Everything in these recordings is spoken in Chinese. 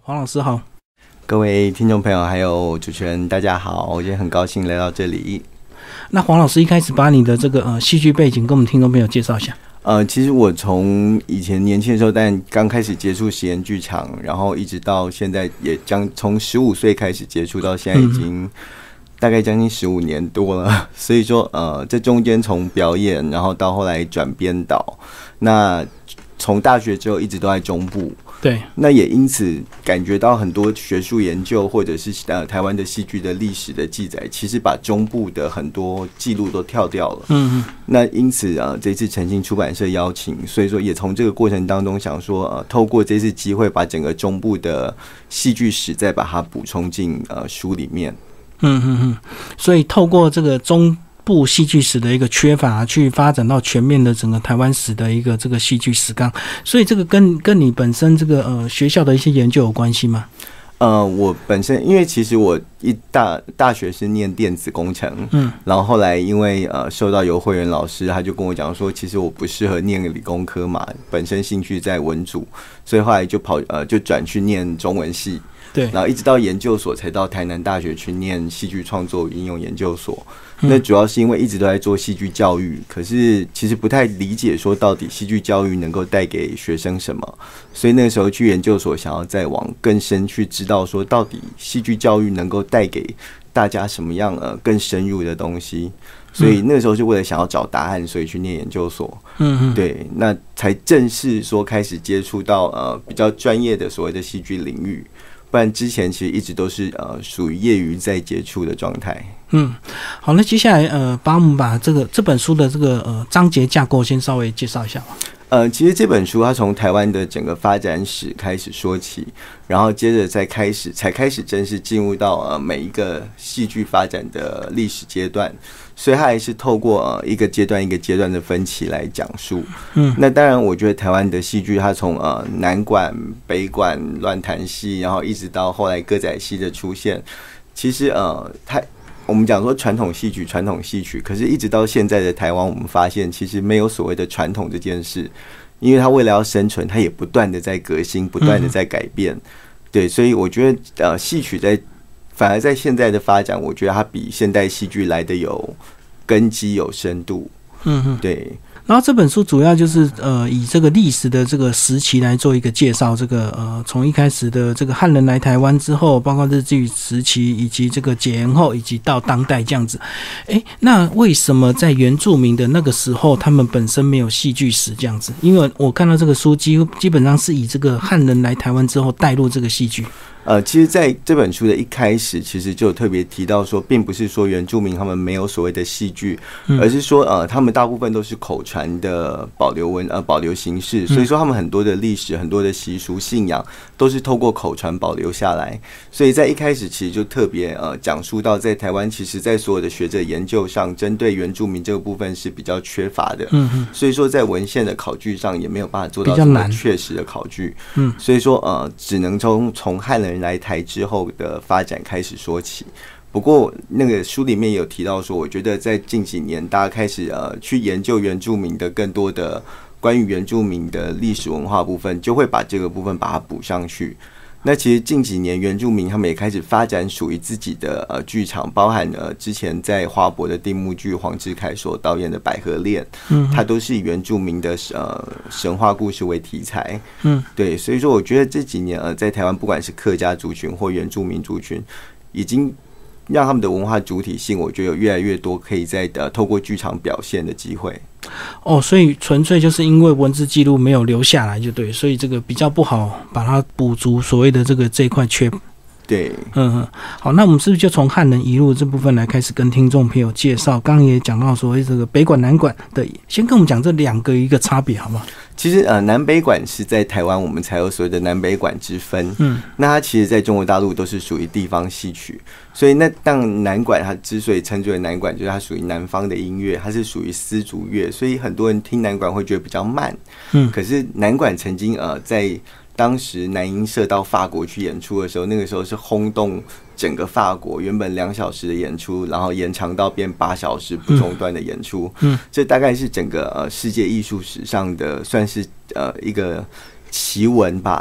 黄老师好。 各位听众朋友还有主持人大家好，我今天很高兴来到这里。 那黄老师一开始把你的这个戏剧背景跟我们听众朋友介绍一下。 其实我从以前年轻的时候，但刚开始接触实验剧场，然后一直到现在，也从15岁开始接触到现在，已经大概将近15年多了。所以说，这中间从表演，然后到后来转编导，那从大学之后一直都在中部。 对， 那也因此感觉到很多学术研究或者是台湾的戏剧的历史的记载，其实把中部的很多记录都跳掉了。那因此这次诚信出版社邀请，所以说也从这个过程当中想说，透过这次机会，把整个中部的戏剧史再把它补充进书里面。 所以透过这个中部戏剧史的一个缺乏，去发展到全面的整个台湾史的一个这个戏剧史纲，所以这个跟你本身这个学校的一些研究有关系吗？ 我本身因为其实我大学是念电子工程，然后后来因为受到游慧元老师，他就跟我讲说，其实我不适合念理工科嘛，本身兴趣在文组，所以后来就就转去念中文系。对，然后一直到研究所才到台南大学去念戏剧创作与应用研究所。那主要是因为一直都在做戏剧教育，可是其实不太理解说到底戏剧教育能够带给学生什么，所以那个时候去研究所想要再往更深去知道说到底戏剧教育能够带给大家什么样更深入的东西，所以那个时候就为了想要找答案，所以去念研究所。对，那才正式说开始接触到比较专业的所谓的戏剧领域。不然之前其实一直都是属于业余在接触的状态。 好，那接下来我们把这本书的这个章节架构先稍微介绍一下吧。 其实这本书它从台湾的整个发展史开始说起，然后接着才开始正式进入到每一个戏剧发展的历史阶段，所以它还是透过一个阶段一个阶段的分期来讲述。那当然我觉得台湾的戏剧它从南管北管乱弹戏，然后一直到后来歌仔戏的出现，其实我们讲说传统戏曲，可是一直到现在的台湾，我们发现其实没有所谓的传统这件事，因为它为了要生存，它也不断的在革新，不断的在改变。对，所以我觉得戏曲反而在现在的发展，我觉得它比现代戏剧来的有根基有深度。对。 然后这本书主要就是以这个历史的这个时期来做一个介绍，这个从一开始的这个汉人来台湾之后，包括日据时期，以及这个解严后，以及到当代这样子。那为什么在原住民的那个时候，他们本身没有戏剧史这样子？因为我看到这个书基本上是以这个汉人来台湾之后带入这个戏剧。 其实在这本书的一开始，其实就有特别提到说，并不是说原住民他们没有所谓的戏剧，而是说他们大部分都是口传的保留形式，所以说他们很多的历史、很多的习俗、信仰都是透过口传保留下来。所以在一开始其实就特别讲述到，在台湾其实在所有的学者研究上，针对原住民这个部分是比较缺乏的。所以说在文献的考据上也没有办法做到这么确实的考据。所以说只能从汉人来台之后的发展开始说起。不过那个书里面有提到说，我觉得在近几年大家开始去研究原住民的更多的关于原住民的历史文化部分，就会把这个部分把它补上去。那其实近几年原住民他们也开始发展属于自己的剧场，包含之前在花博的定目剧黄志凯所导演的《百合恋》，它都是以原住民的神话故事为题材。对，所以说我觉得这几年在台湾不管是客家族群或原住民族群，已经让他们的文化主体性，我觉得有越来越多可以在透过剧场表现的机会。 所以纯粹就是因为文字记录没有留下来，就对，所以这个比较不好把它补足所谓的这一块缺。 对， 好，那我们是不是就从汉人移入这部分来开始跟听众朋友介绍？刚刚也讲到所谓这个北管南管的，先跟我们讲这两个一个差别好吗？ 其实南北管是在台湾我们才有所谓的南北管之分。那它其实在中国大陆都是属于地方戏曲，所以那当南管它之所以称之为南管，就是它属于南方的音乐，它是属于丝竹乐，所以很多人听南管会觉得比较慢。可是南管曾经在当时南音社到法国去演出的时候，那个时候是轰动整个法国，原本2小时的演出，然后延长到变8小时不中断的演出。这大概是整个世界艺术史上的算是一个奇闻吧。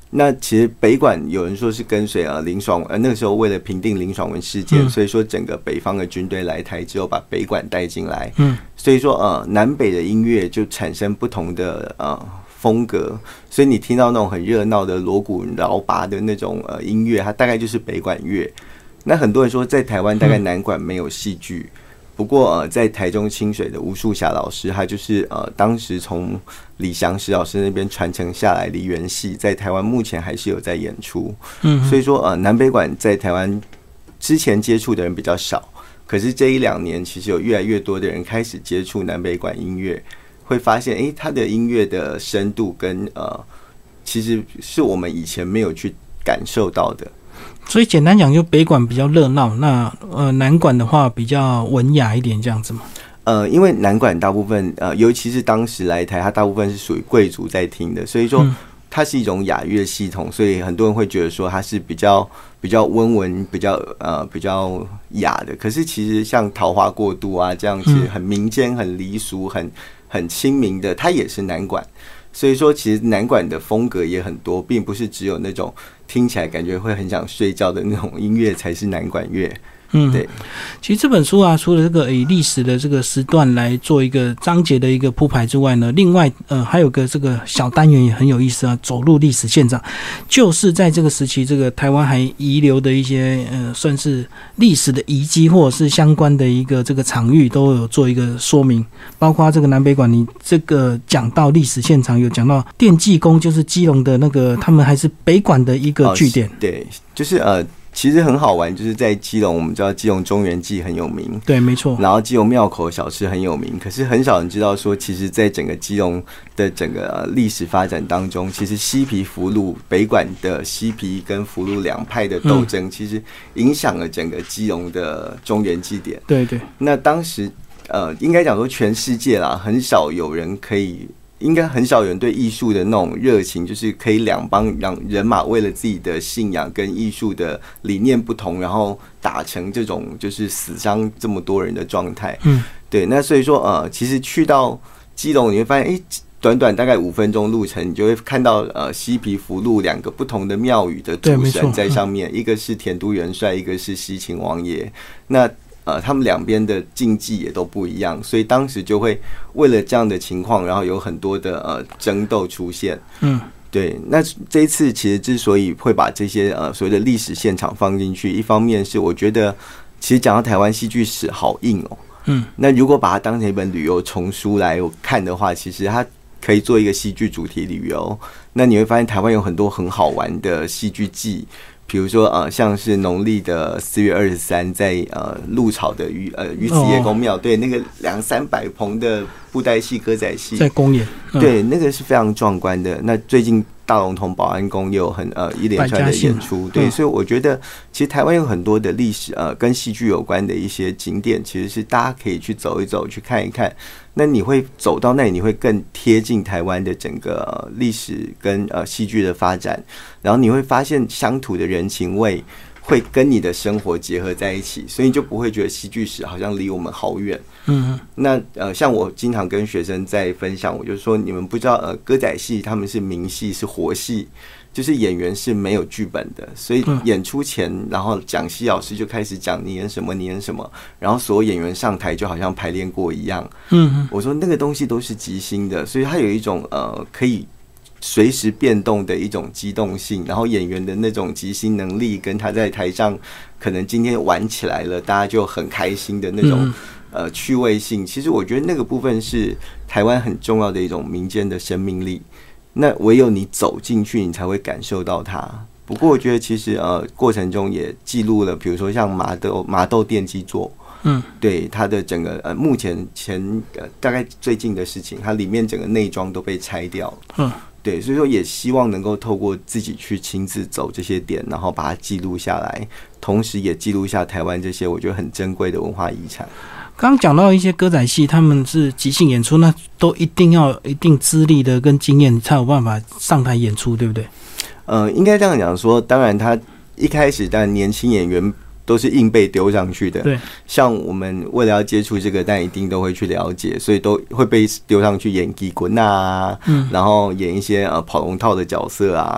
那其实北管有人说是跟随林爽那个时候为了平定林爽文事件，所以说整个北方的军队来台之后把北管带进来，所以说南北的音乐就产生不同的风格，所以你听到那种很热闹的锣鼓饶拔的那种音乐，它大概就是北管乐。那很多人说在台湾大概南管没有戏剧，不过在台中清水的吴树霞老师，他就是当时从李祥石老师那边传承下来梨园戏，在台湾目前还是有在演出。所以说南北管在台湾之前接触的人比较少，可是这1-2年其实有越来越多的人开始接触南北管音乐，会发现它的音乐的深度跟其实是我们以前没有去感受到的。 所以简单讲，就北管比较热闹，那南管的话比较文雅一点，这样子嘛。 因为南管大部分尤其是当时来台，它大部分是属于贵族在听的，所以说它是一种雅乐系统，所以很多人会觉得说它是比较温文、比较雅的。可是其实像桃花过渡啊这样子很民间、很离俗、很亲民的，它也是南管。所以说其实南管的风格也很多，并不是只有那种听起来感觉会很想睡觉的那种音乐才是南管乐。对。 其实这本书啊，除了这个以历史的这个时段来做一个章节的一个铺排之外呢，另外还有个这个小单元也很有意思啊，走入历史现场，就是在这个时期，这个台湾还遗留的一些算是历史的遗迹或者是相关的一个这个场域都有做一个说明，包括这个南北管，你这个讲到历史现场有讲到电技宫，就是基隆的那个他们还是北管的一个据点。 对，就是其实很好玩，就是在基隆，我们知道基隆中元祭很有名， 对，没错。 然后基隆庙口小吃很有名，可是很少人知道说，其实，在整个基隆的整个历史发展当中，其实西皮福禄北管的西皮跟福禄两派的斗争，其实影响了整个基隆的中元祭典。对对。那当时应该讲说，全世界啦，很少有人可以。应该很少有人对艺术的那种热情，就是可以两帮人马为了自己的信仰跟艺术的理念不同，然后打成这种就是死伤这么多人的状态。对。那所以说其实去到基隆，你会发现，短短大概5分钟路程，你就会看到西皮福禄2个不同的庙宇的主神在上面，一个是田都元帅，一个是西秦王爷。那他们两边的禁忌也都不一样，所以当时就会为了这样的情况，然后有很多的争斗出现。对。那这一次其实之所以会把这些所谓的历史现场放进去，一方面是我觉得其实讲到台湾戏剧史好硬哦。那如果把它当成一本旅游丛书来看的话，其实它可以做一个戏剧主题旅游。那你会发现台湾有很多很好玩的戏剧季。比如说像是农历的4月23在鹿草的鱼慈爷公庙，对，那个200-300棚的布袋戏歌仔戏在公演， 对，那个是非常壮观的。那最近大龙峒保安宫也有一连串的演出，对，所以我觉得其实台湾有很多的历史跟戏剧有关的一些景点，其实是大家可以去走一走，去看一看。那你会走到那里，你会更贴近台湾的整个历史跟戏剧的发展，然后你会发现乡土的人情味会跟你的生活结合在一起，所以你就不会觉得戏剧史好像离我们好远。那像我经常跟学生在分享，我就说你们不知道歌仔戏他们是明戏，是活戏。就是演员是没有剧本的，所以演出前，然后讲戏老师就开始讲你演什么，你演什么，然后所有演员上台就好像排练过一样。我说那个东西都是即兴的，所以它有一种可以随时变动的一种机动性，然后演员的那种即兴能力，跟他在台上可能今天玩起来了，大家就很开心的那种趣味性。其实我觉得那个部分是台湾很重要的一种民间的生命力。那唯有你走进去，你才会感受到它。不过我觉得其实过程中也记录了，比如说像麻豆电机座，对它的整个目前大概最近的事情，它里面整个内装都被拆掉了。对，所以说也希望能够透过自己去亲自走这些点，然后把它记录下来，同时也记录下台湾这些我觉得很珍贵的文化遗产。 刚刚讲到一些歌仔戏，他们是即兴演出，那都一定要有一定资历的跟经验，才有办法上台演出，对不对？ 应该这样讲说，当然他一开始，但年轻演员都是硬被丢上去的。对，像我们为了要接触这个，但一定都会去了解，所以都会被丢上去演鸡滚啊，然后演一些跑龙套的角色啊。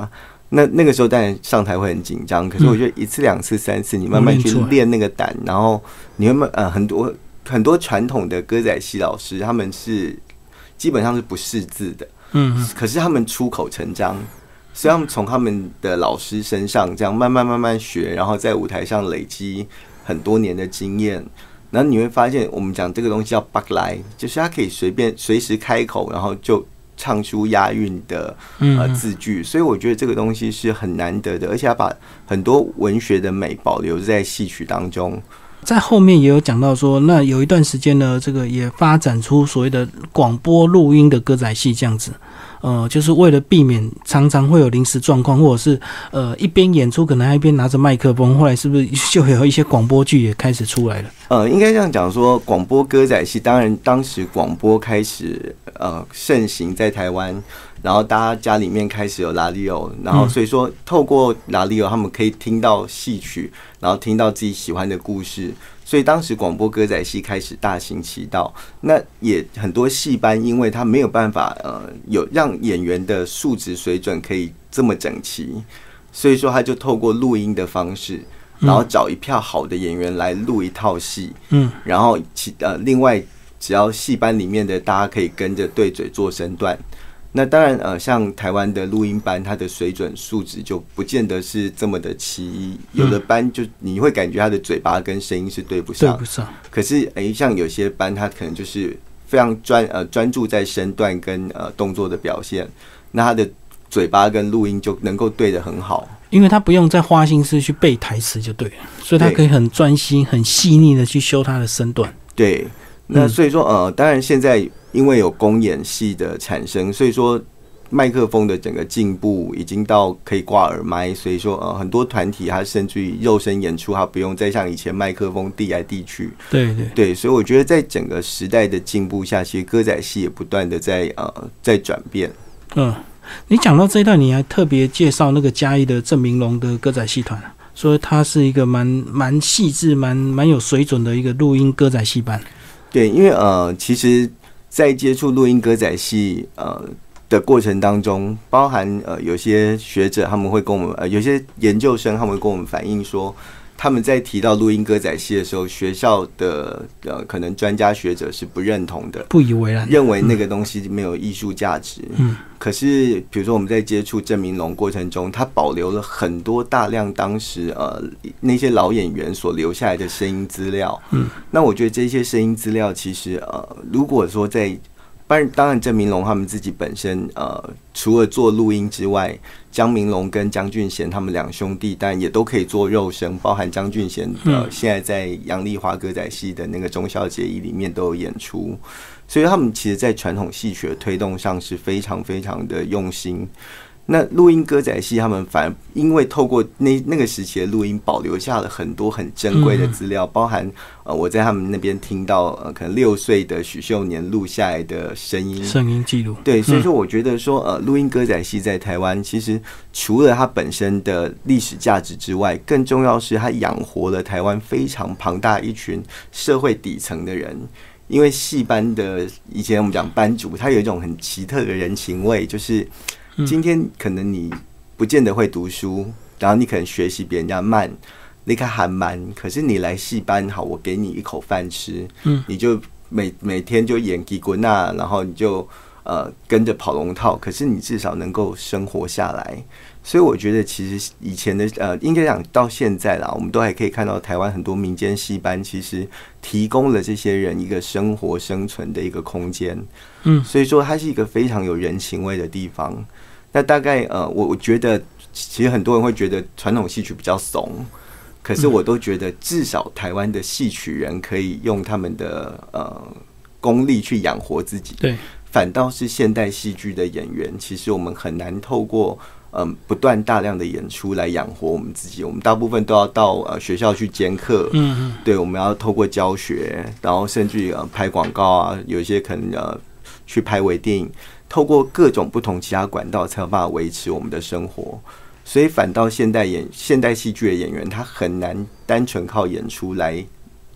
那个时候当然上台会很紧张，可是我觉得一次两次三次，你慢慢去练那个胆，然后你会很多传统的歌仔戏老师，他们是基本上是不识字的，可是他们出口成章，所以他们从他们的老师身上这样慢慢学，然后在舞台上累积很多年的经验。然后你会发现，我们讲这个东西叫北来，就是他可以随时开口，然后就唱出押韵的字句，所以我觉得这个东西是很难得的，而且他把很多文学的美保留在戏曲当中。 在后面也有讲到说，那有一段时间呢，这个也发展出所谓的广播录音的歌仔戏这样子。就是为了避免常常会有临时状况，或者是一边演出可能还一边拿着麦克风，后来是不是就有一些广播剧也开始出来了？ 应该这样讲说，广播歌仔戏，当然当时广播开始盛行在台湾，然后大家家里面开始有拉力欧，然后所以说透过拉力欧，他们可以听到戏曲，然后听到自己喜欢的故事。所以当时广播歌仔戏开始大行其道，那也很多戏班，因为他没有办法有让演员的素质水准可以这么整齐，所以说他就透过录音的方式，然后找一票好的演员来录一套戏，然后另外只要戏班里面的大家可以跟着对嘴做身段。那当然，像台湾的录音班，它的水准素质就不见得是这么的齐一。有的班就你会感觉他的嘴巴跟声音是对不上。可是，像有些班，他可能就是非常专注在身段跟动作的表现，那他的嘴巴跟录音就能够对得很好。 因为他不用再花心思去背台词就对了，所以他可以很专心、很细腻的去修他的身段。 对。那所以说，当然现在因为有公演系的产生，所以说麦克风的整个进步已经到可以挂耳麦，所以说很多团体它甚至于肉身演出，它不用再像以前麦克风递来递去。对，所以我觉得在整个时代的进步下，其实歌仔戏也不断的在转变。 你讲到这一段，你还特别介绍那个嘉义的郑明龙的歌仔戏团，说他是一个蛮细致、蛮有水准的一个录音歌仔戏班。 对，因为其实，在接触录音歌仔戏的过程当中，包含有些学者他们会跟我们有些研究生他们会跟我们反映说，他们在提到录音歌仔戏的时候，学校的可能专家学者是不认同的， 不以为然， 认为那个东西没有艺术价值。可是比如说我们在接触郑明龙过程中，他保留了很多大量当时那些老演员所留下来的声音资料。那我觉得这些声音资料其实如果说当然郑明龙他们自己本身除了做录音之外，江明龙跟江俊贤他们两兄弟当然也都可以做肉声，包含江俊贤现在在杨丽华歌仔戏的那个忠孝节义里面都有演出，所以他们其实在传统戏曲的推动上是非常非常的用心。那录音歌仔戏他们反而因为透过那个时期的录音，保留下了很多很珍贵的资料，包含我在他们那边听到可能6岁的许秀年录下来的声音记录。 对，所以说我觉得说录音歌仔戏在台湾其实除了它本身的历史价值之外，更重要是它养活了台湾非常庞大一群社会底层的人。因为戏班的以前我们讲班主，他有一种很奇特的人情味，就是今天可能你不见得会读书，然后你可能学习比人家慢，你看还慢，可是你来戏班，好，我给你一口饭吃，你就每天就演吉滚啊，然后你就跟着跑龙套，可是你至少能够生活下来。所以我觉得其实以前的应该讲到现在啦，我们都还可以看到台湾很多民间戏班其实提供了这些人一个生活生存的一个空间。所以说它是一个非常有人情味的地方。那大概我觉得其实很多人会觉得传统戏曲比较怂，可是我都觉得至少台湾的戏曲人可以用他们的功力去养活自己。 对， 反倒是现代戏剧的演员，其实我们很难透过不断大量的演出来养活我们自己。我们大部分都要到学校去兼课，对，我们要透过教学，然后甚至于拍广告啊，有一些可能去拍微电影，透过各种不同其他管道才有办法维持我们的生活。所以反倒现代戏剧的演员，他很难单纯靠演出来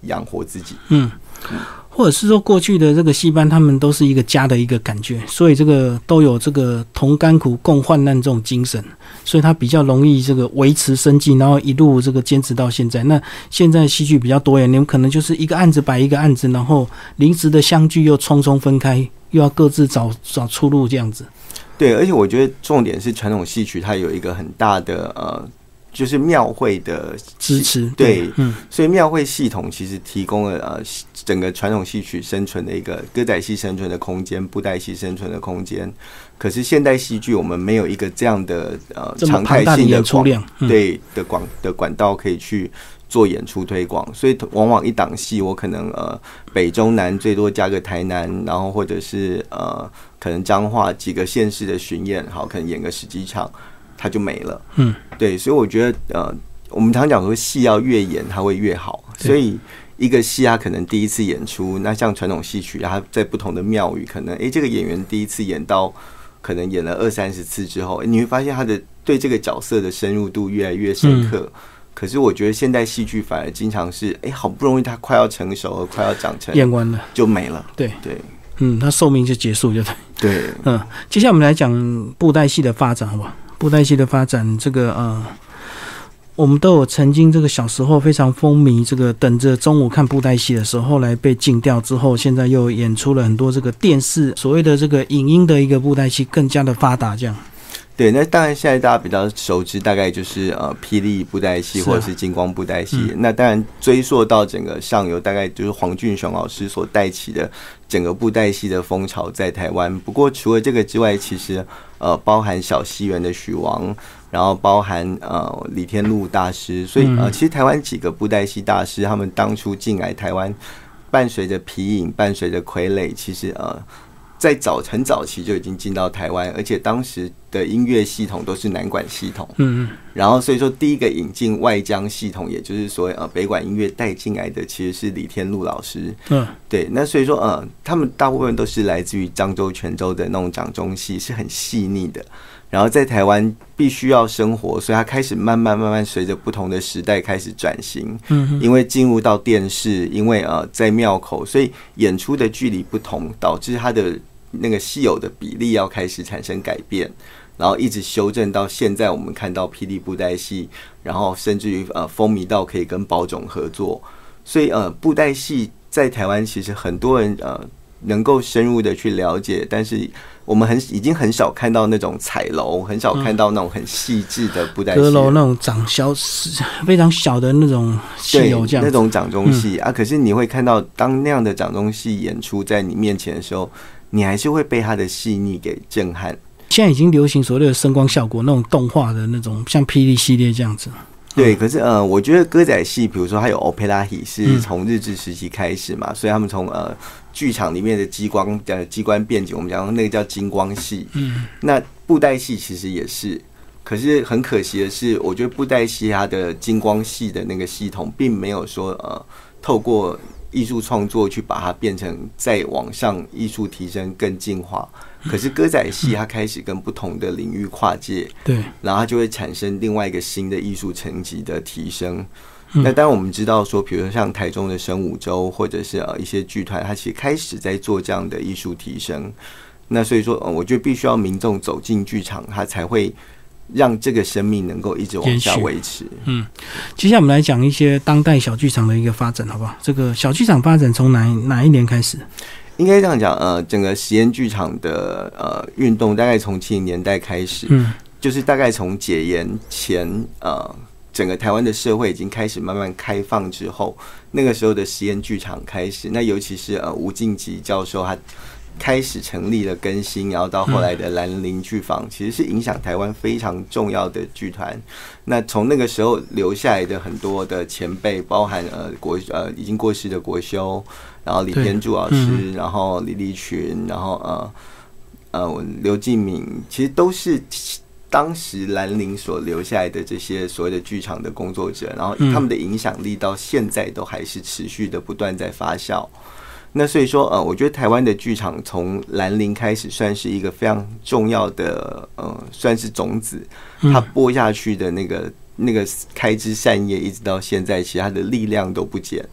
养活自己。 或者是说过去的这个戏班，他们都是一个家的一个感觉，所以这个都有这个同甘苦共患难这种精神，所以他比较容易这个维持生计，然后一路这个坚持到现在。那现在戏剧比较多元，你们可能就是一个案子摆一个案子，然后临时的相聚又匆匆分开，又要各自找出路这样子。 对，而且我觉得重点是传统戏曲它有一个很大的就是庙会的支持， 对，所以庙会系统其实提供了整个传统戏曲生存的一个歌仔戏生存的空间，布袋戏生存的空间。可是现代戏剧我们没有一个这样的常态性的演出量， 对的管道可以去做演出推广，所以往往一档戏我可能北中南最多加个台南，然后或者是可能彰化几个县市的巡演，好，可能演个10几场。它就没了，对，所以我觉得我们常讲说戏要越演它会越好，所以一个戏它可能第一次演出，那像传统戏曲，它在不同的庙宇，可能这个演员第一次演到，可能演了20-30次之后，你会发现他的对这个角色的深入度越来越深刻。可是我觉得现代戏剧反而经常是，好不容易它快要成熟和快要长成， 演完了就没了， 对。它寿命就结束，就对。接下来我们来讲布袋戏的发展，好不好？布袋戏的发展，这个我们都有曾经这个小时候非常风靡，这个等着中午看布袋戏的时候，后来被禁掉之后，现在又演出了很多这个电视所谓的这个影音的一个布袋戏更加的发达，这样。 对，那当然现在大家比较熟知，大概就是霹雳布袋戏或者是金光布袋戏。那当然追溯到整个上游，大概就是黄俊雄老师所带起的整个布袋戏的风潮在台湾。不过除了这个之外，其实包含小西园的许王，然后包含李天禄大师，所以其实台湾几个布袋戏大师，他们当初进来台湾，伴随着皮影，伴随着傀儡，其实在很早期就已经进到台湾，而且当时的音乐系统都是南管系统，然后所以说第一个引进外江系统，也就是说北管音乐带进来的其实是李天禄老师，对，那所以说他们大部分都是来自于漳州、泉州的那种掌中戏，是很细腻的。然后在台湾必须要生活，所以他开始慢慢随着不同的时代开始转型。因为进入到电视，因为在庙口，所以演出的距离不同，导致他的那个戏友的比例要开始产生改变，然后一直修正到现在我们看到霹雳布袋戏，然后甚至于风靡到可以跟宝冢合作。所以布袋戏在台湾其实很多人能够深入的去了解，但是我们已经很少看到那种彩楼，很少看到那种很细致的布袋戏，阁楼那种掌小非常小的那种戏有这样， 那种掌中戏可是你会看到，当那样的掌中戏演出在你面前的时候，你还是会被它的细腻给震撼。 现在已经流行所谓的声光效果，那种动画的那种，像霹雳系列这样子。 对，可是我觉得歌仔戏，比如说还有 opera 是从日治时期开始嘛，所以他们从剧场里面的机关变景，我们讲那个叫金光戏。那布袋戏其实也是，可是很可惜的是，我觉得布袋戏它的金光戏的那个系统，并没有说透过艺术创作去把它变成再往上艺术提升更进化。可是歌仔戏它开始跟不同的领域跨界，对，然后它就会产生另外一个新的艺术层级的提升。那当然我们知道说，比如说像台中的生武洲，或者是一些剧团，它其实开始在做这样的艺术提升。那所以说我觉得必须要民众走进剧场，它才会让这个生命能够一直往下维持。 接下来我们来讲一些当代小剧场的一个发展，好不好？这个小剧场发展从哪一年开始？ 应该这样讲，整个实验剧场的运动大概从70年代开始，就是大概从解严前，整个台湾的社会已经开始慢慢开放之后，那个时候的实验剧场开始，那尤其是吴敬吉教授他开始成立了更新，然后到后来的兰陵剧坊，其实是影响台湾非常重要的剧团。那从那个时候留下来的很多的前辈，包含已经过世的国修，然后李天柱老师，然后李立群，然后刘敬敏，其实都是当时兰陵所留下来的这些所谓的剧场的工作者，然后他们的影响力到现在都还是持续的不断在发酵。那所以说我觉得台湾的剧场从兰陵开始算是一个非常重要的算是种子，它播下去的那个开枝散叶，一直到现在，其实它的力量都不减。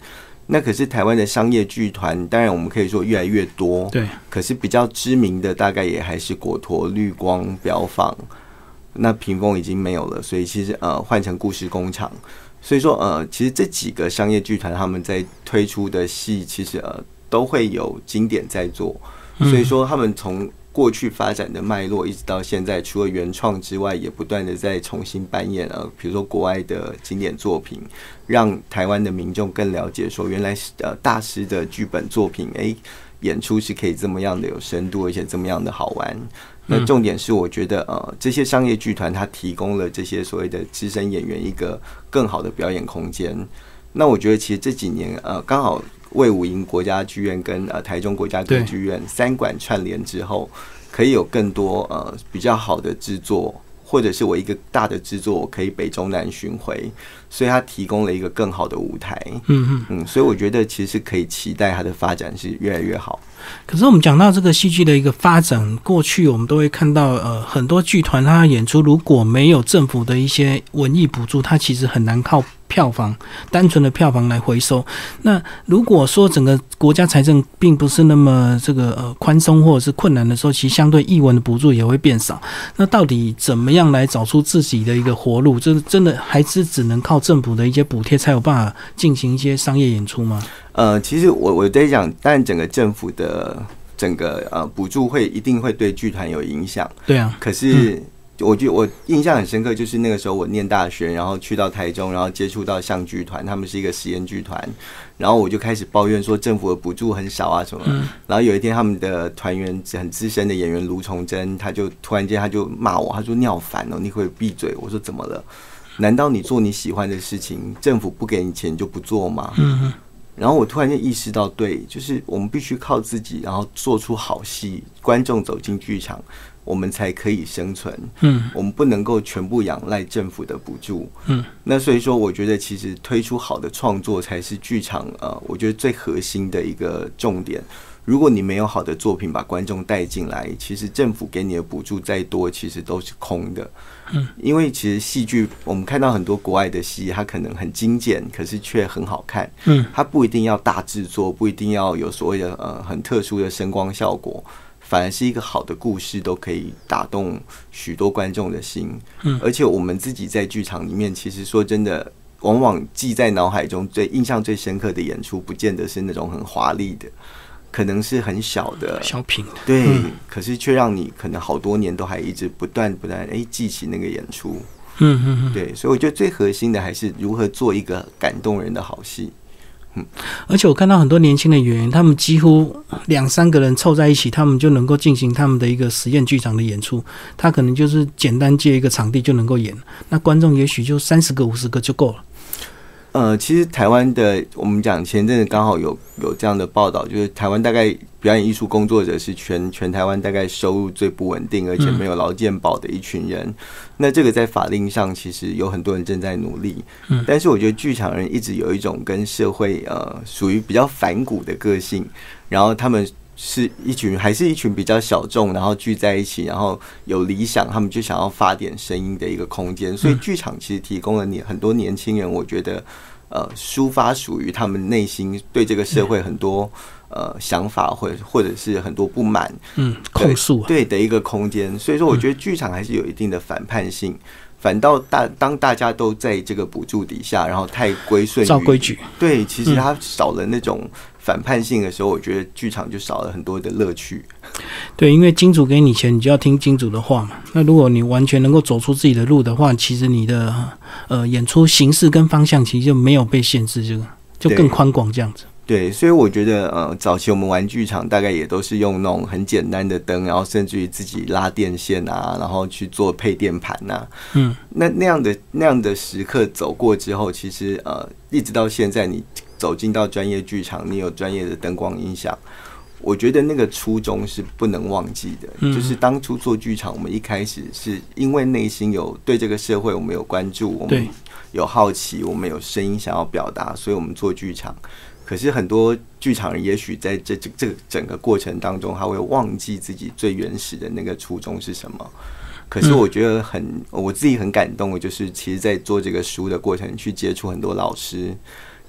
那可是台湾的商业剧团，当然我们可以说越来越多， 对。 可是比较知名的大概也还是果陀、绿光、表坊，那屏风已经没有了，所以其实换成故事工厂。所以说其实这几个商业剧团他们在推出的戏，其实都会有经典在做。所以说他们从过去发展的脉络一直到现在，除了原创之外，也不断的在重新扮演比如说国外的经典作品，让台湾的民众更了解说，原来大师的剧本作品，演出是可以这么样的有深度，而且这么样的好玩。那重点是，我觉得这些商业剧团它提供了这些所谓的资深演员一个更好的表演空间。那我觉得其实这几年刚好卫武营国家剧院跟台中国家歌剧院3馆串联之后，可以有更多比较好的制作，或者是我一个大的制作，我可以北中南巡回，所以它提供了一个更好的舞台。所以我觉得其实可以期待它的发展是越来越好。 可是我们讲到这个戏剧的一个发展，过去我们都会看到很多剧团它演出如果没有政府的一些文艺补助，它其实很难靠票房单纯的票房来回收。那如果说整个国家财政并不是那么这个宽松或者是困难的时候，其实相对艺文的补助也会变少。那到底怎么样来找出自己的一个活路？这真的还是只能靠政府的一些补贴才有办法进行一些商业演出吗？ 其实我在讲，当然整个政府的整个补助一定会对剧团有影响。 对啊， 可是我觉得我印象很深刻，就是那个时候我念大学，然后去到台中，然后接触到象剧团，他们是一个实验剧团，然后我就开始抱怨说政府的补助很少啊什么。然后有一天他们的团员很资深的演员卢崇祯，他就突然间他就骂我，他说你好烦哦，你可不可以闭嘴？我说怎么了？难道你做你喜欢的事情，政府不给你钱就不做吗？然后我突然间意识到，对，就是我们必须靠自己，然后做出好戏，观众走进剧场，我们才可以生存。我们不能够全部仰赖政府的补助。那所以说，我觉得其实推出好的创作才是剧场我觉得最核心的一个重点。如果你没有好的作品把观众带进来，其实政府给你的补助再多，其实都是空的。因为其实戏剧，我们看到很多国外的戏，它可能很精简，可是却很好看。它不一定要大制作，不一定要有所谓的很特殊的声光效果，反而是一个好的故事都可以打动许多观众的心。而且我们自己在剧场里面，其实说真的，往往记在脑海中印象最深刻的演出，不见得是那种很华丽的。可能是很小的小品， 对，可是却让你可能好多年都还一直不断记起那个演出。对，所以我觉得最核心的还是如何做一个感动人的好戏。 而且我看到很多年轻的演员，他们几乎2-3个人凑在一起，他们就能够进行他们的一个实验剧场的演出。他可能就是简单借一个场地就能够演，那观众也许就30个50个就够了。 其实台湾的，我们讲前阵子刚好有这样的报道，就是台湾大概表演艺术工作者是全台湾大概收入最不稳定，而且没有劳健保的一群人。那这个在法令上其实有很多人正在努力，但是我觉得剧场人一直有一种跟社会属于比较反骨的个性，然后他们还是一群比较小众，然后聚在一起，然后有理想，他们就想要发点声音的一个空间。所以剧场其实提供了很多年轻人，我觉得抒发属于他们内心对这个社会很多想法或者是很多不满控诉对的一个空间。所以说我觉得剧场还是有一定的反叛性。反倒当大家都在这个补助底下，然后太归顺于照规矩， 对，其实它少了那种反叛性的时候，我觉得剧场就少了很多的乐趣。 对，因为金主给你钱，你就要听金主的话嘛。那如果你完全能够走出自己的路的话，其实你的演出形式跟方向其实就没有被限制，就更宽广这样子。 对，所以我觉得早期我们玩剧场大概也都是用那种很简单的灯，然后甚至于自己拉电线啊，然后去做配电盘啊。那样的时刻走过之后，其实一直到现在，你走进到专业剧场，你有专业的灯光音响，我觉得那个初衷是不能忘记的。就是当初做剧场，我们一开始是因为内心有对这个社会我们有关注，我们有好奇，我们有声音想要表达，所以我们做剧场。可是很多剧场人也许在这整个过程当中，他会忘记自己最原始的那个初衷是什么。可是我觉得我自己很感动的就是，其实在做这个书的过程，去接触很多老师，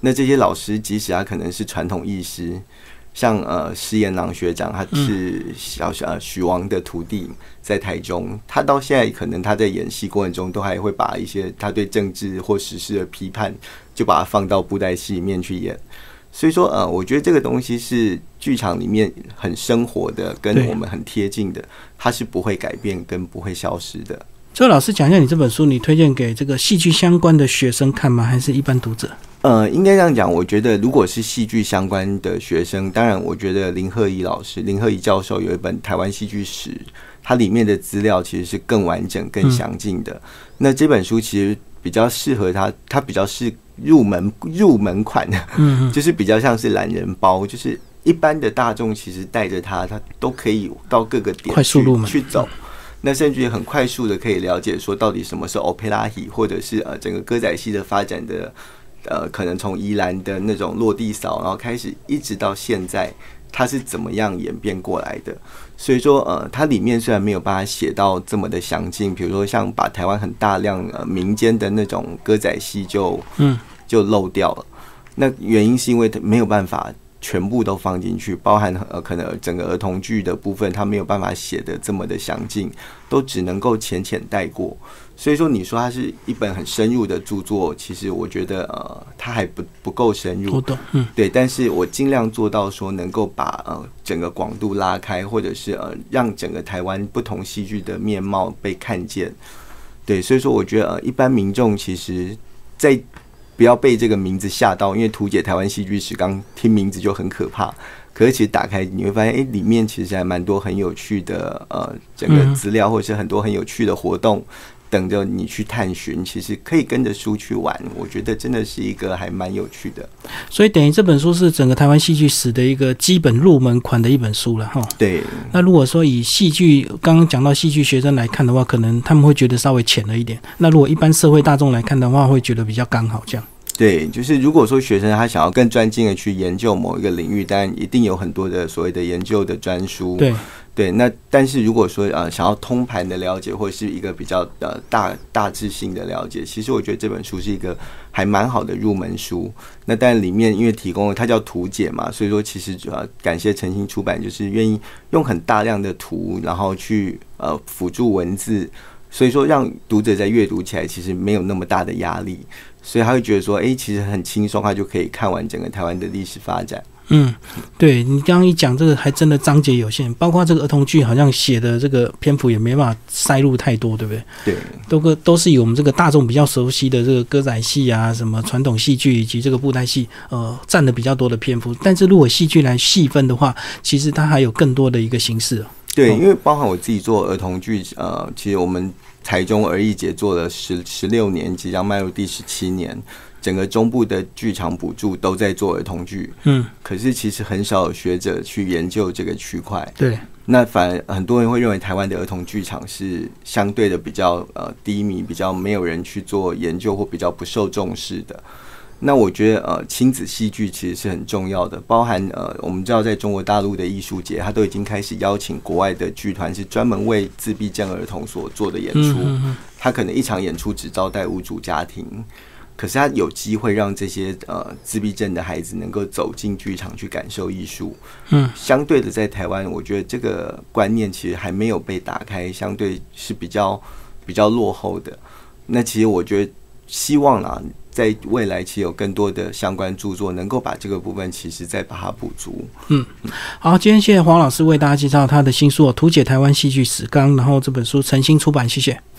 那这些老师即使他可能是传统艺师，像施延郎学长，他是许王的徒弟，在台中，他到现在可能他在演戏过程中都还会把一些他对政治或时事的批判，就把它放到布袋戏里面去演。所以说我觉得这个东西是剧场里面很生活的，跟我们很贴近的，它是不会改变跟不会消失的。 所以老师讲一下，你这本书你推荐给这个戏剧相关的学生看吗？还是一般读者？ 应该这样讲，我觉得如果是戏剧相关的学生，当然我觉得林鹤仪教授有一本《台湾戏剧史》，它里面的资料其实是更完整、更详尽的。那这本书其实比较适合它比较是入门款的，就是比较像是懒人包，就是一般的大众其实带着它都可以到各个点快速入门去走。那甚至也很快速的可以了解说到底什么是 opera戏，或者是整个歌仔戏的发展的可能从宜兰的那种落地扫，然后开始一直到现在它是怎么样演变过来的。所以说它里面虽然没有办法写到这么的详尽，比如说像把台湾很大量民间的那种歌仔戏就漏掉了，那原因是因为没有办法全部都放进去，包含可能整个儿童剧的部分，它没有办法写的这么的详尽，都只能够浅浅带过。所以说，你说它是一本很深入的著作，其实我觉得它还不够深入。对，但是我尽量做到说能够把整个广度拉开，或者是让整个台湾不同戏剧的面貌被看见。对，所以说我觉得一般民众其实在不要被这个名字吓到，因为图解台湾戏剧史，刚听名字就很可怕。可是其实打开你会发现，里面其实还蛮多很有趣的整个资料，或者是很多很有趣的活动等着你去探寻。其实可以跟着书去玩，我觉得真的是一个还蛮有趣的。 所以等于这本书是整个台湾戏剧史的一个基本入门款的一本书了哈。 对。 那如果说以戏剧刚刚讲到戏剧学生来看的话，可能他们会觉得稍微浅了一点。那如果一般社会大众来看的话，会觉得比较刚好这样。 对，就是如果说学生他想要更专精的去研究某一个领域，当然一定有很多的所谓的研究的专书。对，那但是如果说想要通盘的了解，或者是一个比较大致性的了解，其实我觉得这本书是一个还蛮好的入门书。那当然里面因为提供了它叫图解嘛，所以说其实感谢诚心出版，就是愿意用很大量的图，然后去辅助文字，所以说让读者在阅读起来其实没有那么大的压力。所以他会觉得说，其实很轻松，他就可以看完整个台湾的历史发展。 对，你刚刚一讲这个，还真的章节有限，包括这个儿童剧，好像写的这个篇幅也没办法塞入太多，对不对？对，都是以我们这个大众比较熟悉的这个歌仔戏啊，什么传统戏剧以及这个布袋戏，占的比较多的篇幅。但是如果戏剧来细分的话，其实它还有更多的一个形式。 对，因为包含我自己做儿童剧，其实我们台中儿艺节做了16年，即将迈入第17年，整个中部的剧场补助都在做儿童剧。可是其实很少有学者去研究这个区块。 对， 那反而很多人会认为台湾的儿童剧场是相对的比较低迷，比较没有人去做研究，或比较不受重视的。那我觉得亲子戏剧其实是很重要的，包含我们知道在中国大陆的艺术节，它都已经开始邀请国外的剧团，是专门为自闭症儿童所做的演出。他可能一场演出只招待5组家庭，可是他有机会让这些自闭症的孩子能够走进剧场去感受艺术。相对的在台湾，我觉得这个观念其实还没有被打开，相对是比较落后的。那其实我觉得希望啦，在未来其实有更多的相关著作能够把这个部分其实再把它补足。 好，今天谢谢黄老师为大家介绍他的新书《图解台湾戏剧史纲》，然后这本书诚心出版，谢谢。